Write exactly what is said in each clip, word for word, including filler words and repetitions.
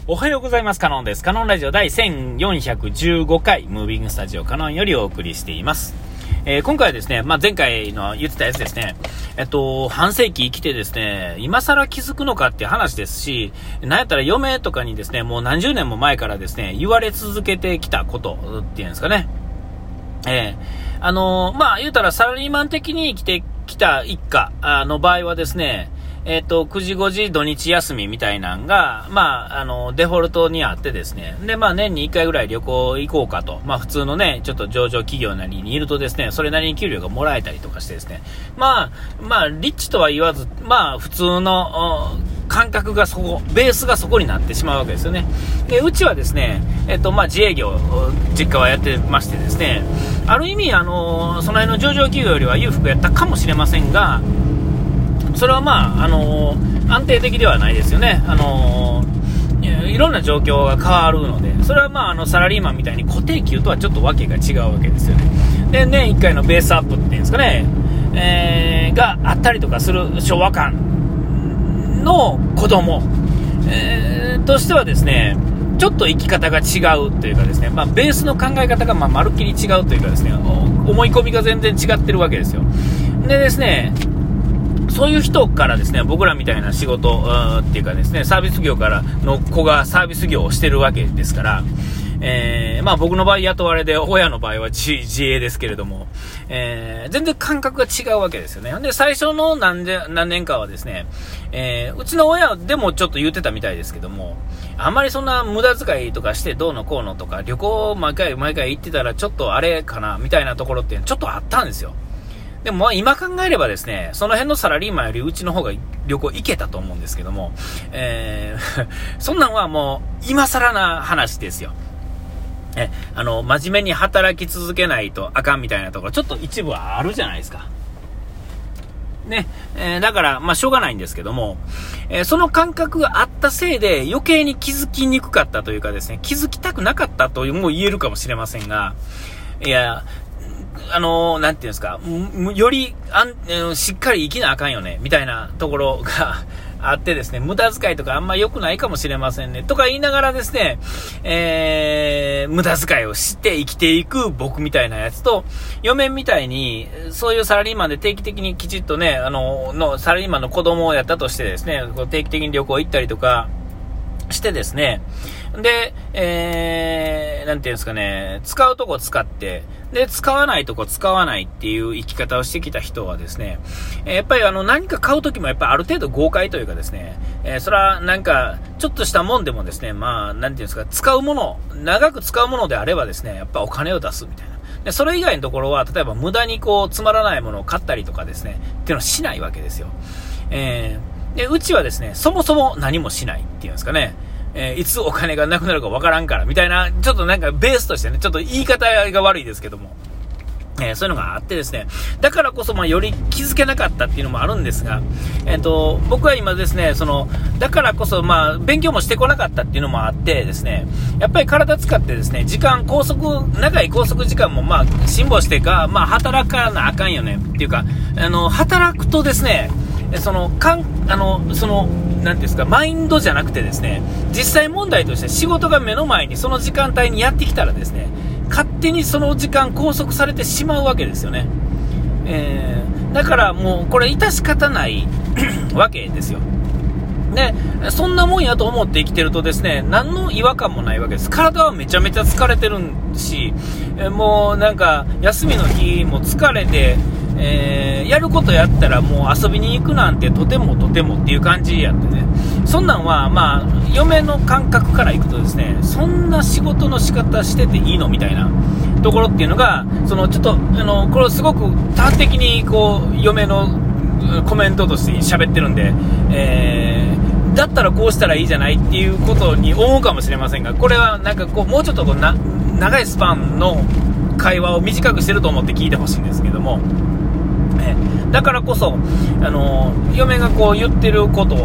おはようございます。カノンです。カノンラジオ第せんよんひゃくじゅうごかいムービングスタジオカノンよりお送りしています。えー、今回はですね、まあ、前回の言ってたやつですね、えっと、半世紀生きてですね、今更気づくのかっていう話ですし、なんやったら嫁とかにですね、もう何十年も前からですね、言われ続けてきたことっていうんですかね。えー、あのー、まあ、言うたらサラリーマン的に生きてきた一家の場合はですね、えっと、くじごじ土日休みみたいなんが、まあ、あの、デフォルトにあってですね。で、まあ、年にいっかいぐらい旅行行こうかと。まあ、普通のね、ちょっと上場企業なりにいるとですね、それなりに給料がもらえたりとかしてですね。まあ、まあ、リッチとは言わず、まあ、普通の、感覚がそこ、ベースがそこになってしまうわけですよね。で、うちはですね、えっと、まあ、自営業、実家はやってましてですね、ある意味、あの、その辺の上場企業よりは裕福やったかもしれませんが、それはまあ、あのー、安定的ではないですよね。あのー、いろんな状況が変わるので、それはまあ、あの、サラリーマンみたいに固定給とはちょっとわけが違うわけですよね。で、年いっかいのベースアップっていうんですかね、えー、があったりとかする昭和感の子供、えー、としてはですね、ちょっと生き方が違うというかですね、まあ、ベースの考え方がまあ、まるっきり違うというかですね、思い込みが全然違ってるわけですよ。でですね、そういう人からですね、僕らみたいな仕事っていうかですね、サービス業からの子がサービス業をしてるわけですから、えー、まあ僕の場合雇われで、親の場合は 自, 自営ですけれども、えー、全然感覚が違うわけですよね。で、最初の何で何年かはですね、えー、うちの親でもちょっと言ってたみたいですけども、あんまりそんな無駄遣いとかしてどうのこうのとか、旅行毎回毎回行ってたらちょっとあれかなみたいなところってちょっとあったんですよ。でもまあ今考えればですね、その辺のサラリーマンよりうちの方が旅行行けたと思うんですけども、えー、そんなんはもう今更な話ですよ。え、あの、真面目に働き続けないとあかんみたいなところ、ちょっと一部はあるじゃないですか。ね、えー、だから、まあしょうがないんですけども、えー、その感覚があったせいで余計に気づきにくかったというかですね、気づきたくなかったとも言えるかもしれませんが、いや、あのー、なんていうんですか、よりあんしっかり生きなあかんよねみたいなところがあってですね、無駄遣いとかあんま良くないかもしれませんねとか言いながらですね、えー、無駄遣いをして生きていく僕みたいなやつと、嫁みたいにそういうサラリーマンで定期的にきちっとね、あののサラリーマンの子供をやったとしてですね、定期的に旅行行ったりとかしてですね、で、えー、なんていうんですかね、使うとこ使って、で、使わないとこ使わないっていう生き方をしてきた人はですね、えー、やっぱりあの、何か買うときもやっぱりある程度豪快というかですね、えー、それはなんか、ちょっとしたもんでもですね、まあ、なんていうんですか、使うもの、長く使うものであればですね、やっぱお金を出すみたいな。で、それ以外のところは、例えば無駄にこう、つまらないものを買ったりとかですね、っていうのはしないわけですよ。えー、で、うちはですね、そもそも何もしないっていうんですかね、えー、いつお金がなくなるかわからんからみたいな、ちょっとなんかベースとしてね、ちょっと言い方が悪いですけども、えー、そういうのがあってですね、だからこそまあより気づけなかったっていうのもあるんですが、えっと、僕は今ですね、その、だからこそまあ勉強もしてこなかったっていうのもあってですね、やっぱり体使ってですね、時間、拘束、長い拘束時間もまあ辛抱してか、まあ働かなあかんよねっていうか、あの、働くとですね、その、かん、あの、その、なんていうんですか、マインドじゃなくてですね、実際問題として仕事が目の前にその時間帯にやってきたらですね、勝手にその時間拘束されてしまうわけですよね。えー、だからもうこれ致し方ないわけですよ。で、そんなもんやと思って生きてるとですね、何の違和感もないわけです。体はめちゃめちゃ疲れてるし、もうなんか休みの日も疲れて、えー、やることやったらもう遊びに行くなんてとてもとてもっていう感じやってね、そんなんはまあ嫁の感覚からいくとですね、そんな仕事の仕方してていいのみたいなところっていうのが、そのちょっとあのこれすごく多発的にこう嫁のコメントとして喋ってるんで、えー、だったらこうしたらいいじゃないっていうことに思うかもしれませんが、これはなんかこうもうちょっとこうな長いスパンの会話を短くしてると思って聞いてほしいんですけども、だからこそ、あの嫁がこう言ってること、うん、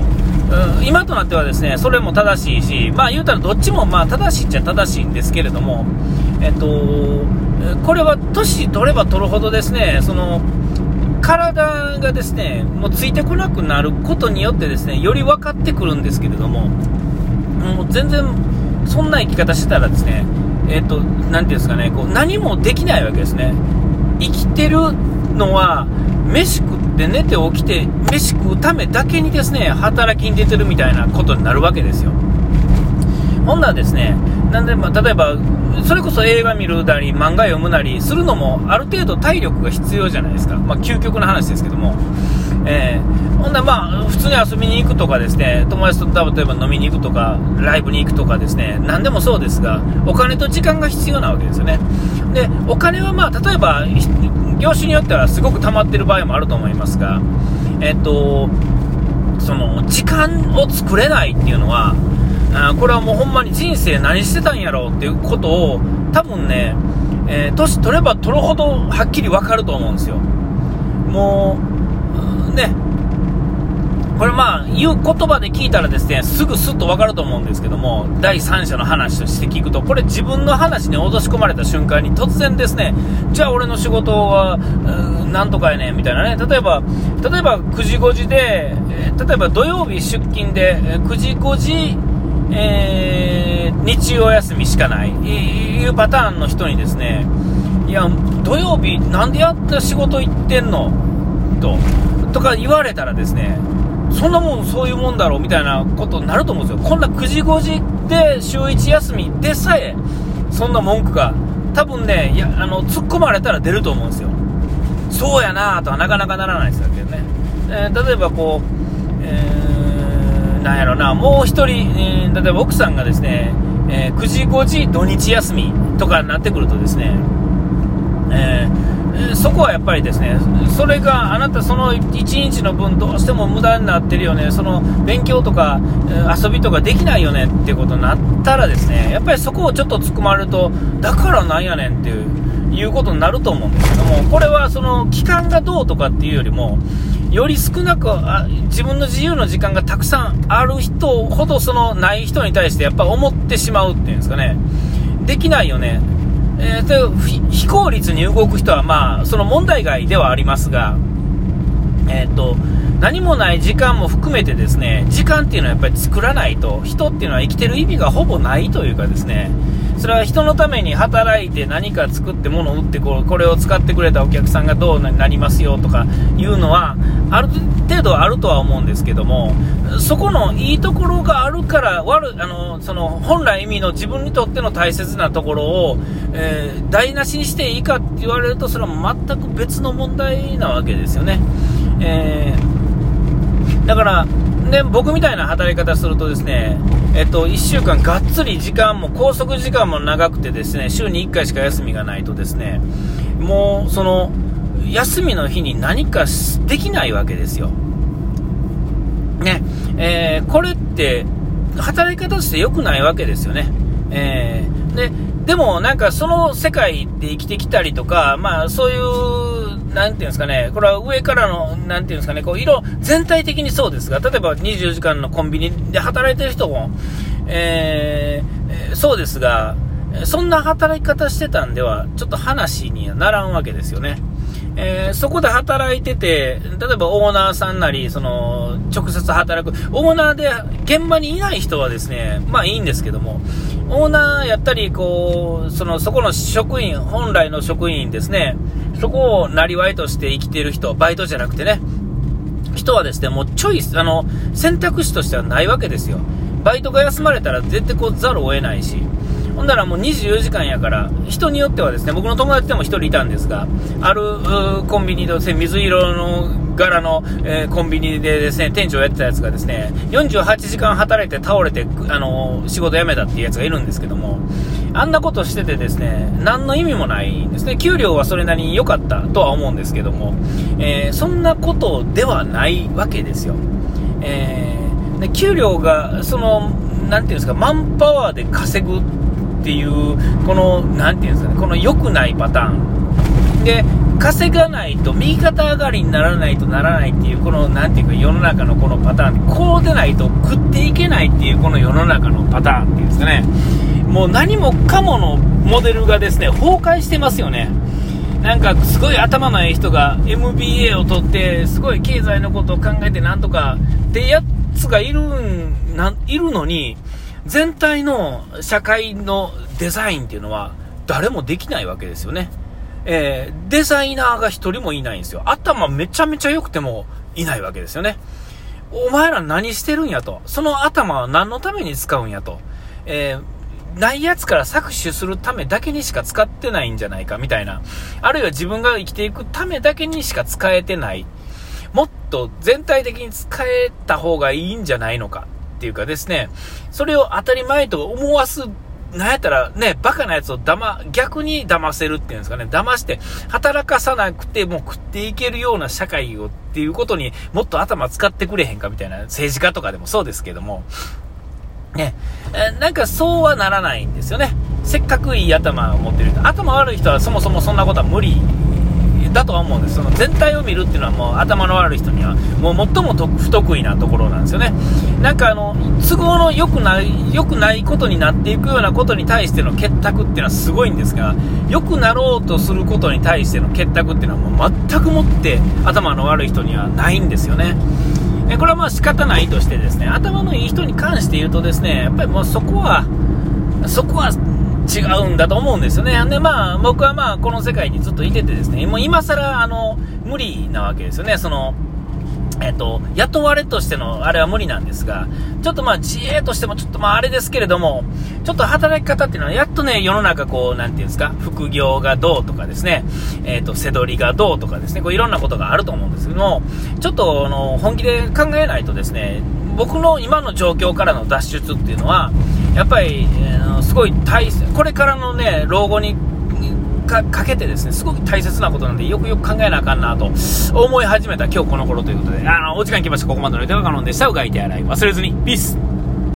今となってはですね、それも正しいし、まあ言うたらどっちもまあ正しいっちゃ正しいんですけれども、えっとこれは年取れば取るほどですね、その体がですねもうついてこなくなることによってですね、より分かってくるんですけれども、もう全然そんな生き方してたらですね、えっと、なんていうんですかね、こう何もできないわけですね。生きてるのは、飯食って寝て起きて、飯食うためだけにですね、働きに出てるみたいなことになるわけですよ。ほんならですね、なんで、まあ、例えば、それこそ映画見るなり、漫画読むなりするのも、ある程度体力が必要じゃないですか。まあ、究極の話ですけども。えー、ほんならまあ、普通に遊びに行くとかですね、友達と例えば飲みに行くとか、ライブに行くとかですね、何でもそうですが、お金と時間が必要なわけですよね。で、お金はまあ、例えば、業種によってはすごく溜まってる場合もあると思いますが、えっと、その、時間を作れないっていうのは、あこれはもうほんまに人生何してたんやろうっていうことを多分ね、えー、年取れば取るほどはっきり分かると思うんですよ。もうね、これまあ言う言葉で聞いたらですね、すぐスッと分かると思うんですけども、第三者の話として聞くと、これ自分の話に脅し込まれた瞬間に突然ですね、じゃあ俺の仕事はなんとかやねんみたいなね、例えば例えばくじごじで、例えば土曜日出勤でくじごじえー、日曜休みしかないいうパターンの人にですね、いや土曜日なんでやった仕事行ってんのととか言われたらですね、そんなもんそういうもんだろうみたいなことになると思うんですよ。こんなくじごじで週いち休みでさえそんな文句が多分ね、いやあの突っ込まれたら出ると思うんですよ。そうやなとはなかなかならないですけどね、えー、例えばこう、えーなんやろな、もう一人、えー、例えば奥さんがですね、えー、くじごじ土日休みとかになってくるとですね、えー、そこはやっぱりですね、それがあなたそのいちにちの分どうしても無駄になってるよね、その勉強とか遊びとかできないよねっていうことになったらですね、やっぱりそこをちょっと突っ込まれると、だからなんやねんっていういうことになると思うんですけども、これはその期間がどうとかっていうよりも、より少なくあ自分の自由の時間がたくさんある人ほどそのない人に対してやっぱ思ってしまうっていうんですかね、できないよね、えー、と非効率に動く人はまあその問題外ではありますが、えー、と何もない時間も含めてですね、時間っていうのはやっぱり作らないと人っていうのは生きてる意味がほぼないというかですね、それは人のために働いて何か作って物を売ってこうこれを使ってくれたお客さんがどうなりますよとかいうのはある程度あるとは思うんですけども、そこのいいところがあるから悪あのその本来意味の自分にとっての大切なところを、えー、台無しにしていいかって言われると、それは全く別の問題なわけですよね。えー、だからで僕みたいな働き方するとですね、えっと、いっしゅうかんがっつり時間も拘束時間も長くてですね、週にいっかいしか休みがないとですね、もうその休みの日に何かできないわけですよね。えー、これって働き方として良くないわけですよね。えー、ででもなんかその世界で生きてきたりとか、まあそういうなんていうんですかね、これは上からのなんていうんですかね、こう色全体的にそうですが、例えばにじゅうよじかんのコンビニで働いてる人も、えー、そうですが、そんな働き方してたんではちょっと話にはならんわけですよね。えー、そこで働いてて、例えばオーナーさんなりその直接働くオーナーで現場にいない人はですね、まあいいんですけども、オーナーやったりこうそのそこの職員、本来の職員ですね、そこをなりわいとして生きている人、バイトじゃなくてね、人はですね、もうチョイスあの選択肢としてはないわけですよ。バイトが休まれたら絶対こうざるを得ないし、ほんならもうにじゅうよじかんやから、人によってはですね、僕の友達でも一人いたんですが、あるコンビニでですね、水色の柄の、えー、コンビニでですね、店長やってたやつがですね、よんじゅうはちじかん働いて倒れて、あのー、仕事辞めたっていうやつがいるんですけども、あんなことしててですね、何の意味もないんですね。給料はそれなりに良かったとは思うんですけども、えー、そんなことではないわけですよ。えー、で給料がそのなんていうんですか、マンパワーで稼ぐっていうこのなんていうんですかね、この良くないパターンで、稼がないと右肩上がりにならないとならないっていうこのなんていうか世の中のこのパターン、こうでないと食っていけないっていうこの世の中のパターンっていうんですかね、もう何もかものモデルがですね崩壊してますよね。なんかすごい頭のいい人が エムビーエー を取ってすごい経済のことを考えてなんとかってやつがいるんないるのに、 全体の社会のデザインっていうのは誰もできないわけですよね。えー、デザイナーが一人もいないんですよ。頭めちゃめちゃ良くてもいないわけですよね。お前ら何してるんやと。その頭は何のために使うんやと。えー、ないやつから搾取するためだけにしか使ってないんじゃないかみたいな。あるいは自分が生きていくためだけにしか使えてない。もっと全体的に使えた方がいいんじゃないのかっていうかですね、それを当たり前と思わす、なんやったらね、バカなやつを騙、逆に騙せるっていうんですかね、騙して働かさなくても食っていけるような社会をっていうことにもっと頭使ってくれへんかみたいな、政治家とかでもそうですけども、ね、えなんかそうはならないんですよね。せっかくいい頭を持ってる人、頭悪い人はそもそもそんなことは無理だとは思うんです。その全体を見るっていうのはもう頭の悪い人にはもう最も不得意なところなんですよね。なんかあの都合の良くない良くないことになっていくようなことに対しての結託っていうのはすごいんですが、良くなろうとすることに対しての結託っていうのはもう全くもって頭の悪い人にはないんですよね。えこれはまあ仕方ないとしてですね、頭のいい人に関して言うとですね、やっぱりもうそこはそこは違うんだと思うんですよね。でまあ僕はまあこの世界にずっといててですね、もう今更あの無理なわけですよね。そのえっと雇われとしてのあれは無理なんですが、ちょっとまあ自営としてもちょっとまああれですけれども、ちょっと働き方っていうのはやっとね世の中こうなんていうんですか、副業がどうとかですね、えっと背取りがどうとかですね、こういろんなことがあると思うんですけども、ちょっとあの本気で考えないとですね、僕の今の状況からの脱出っていうのはやっぱり、えー、すごい大切、これからのね老後に か, かけてですねすごく大切なことなんで、よくよく考えなあかんなと思い始めた今日この頃ということで、あのお時間来ました。ここまでの手がカノンでした。うがいて洗い忘れずに。ピース。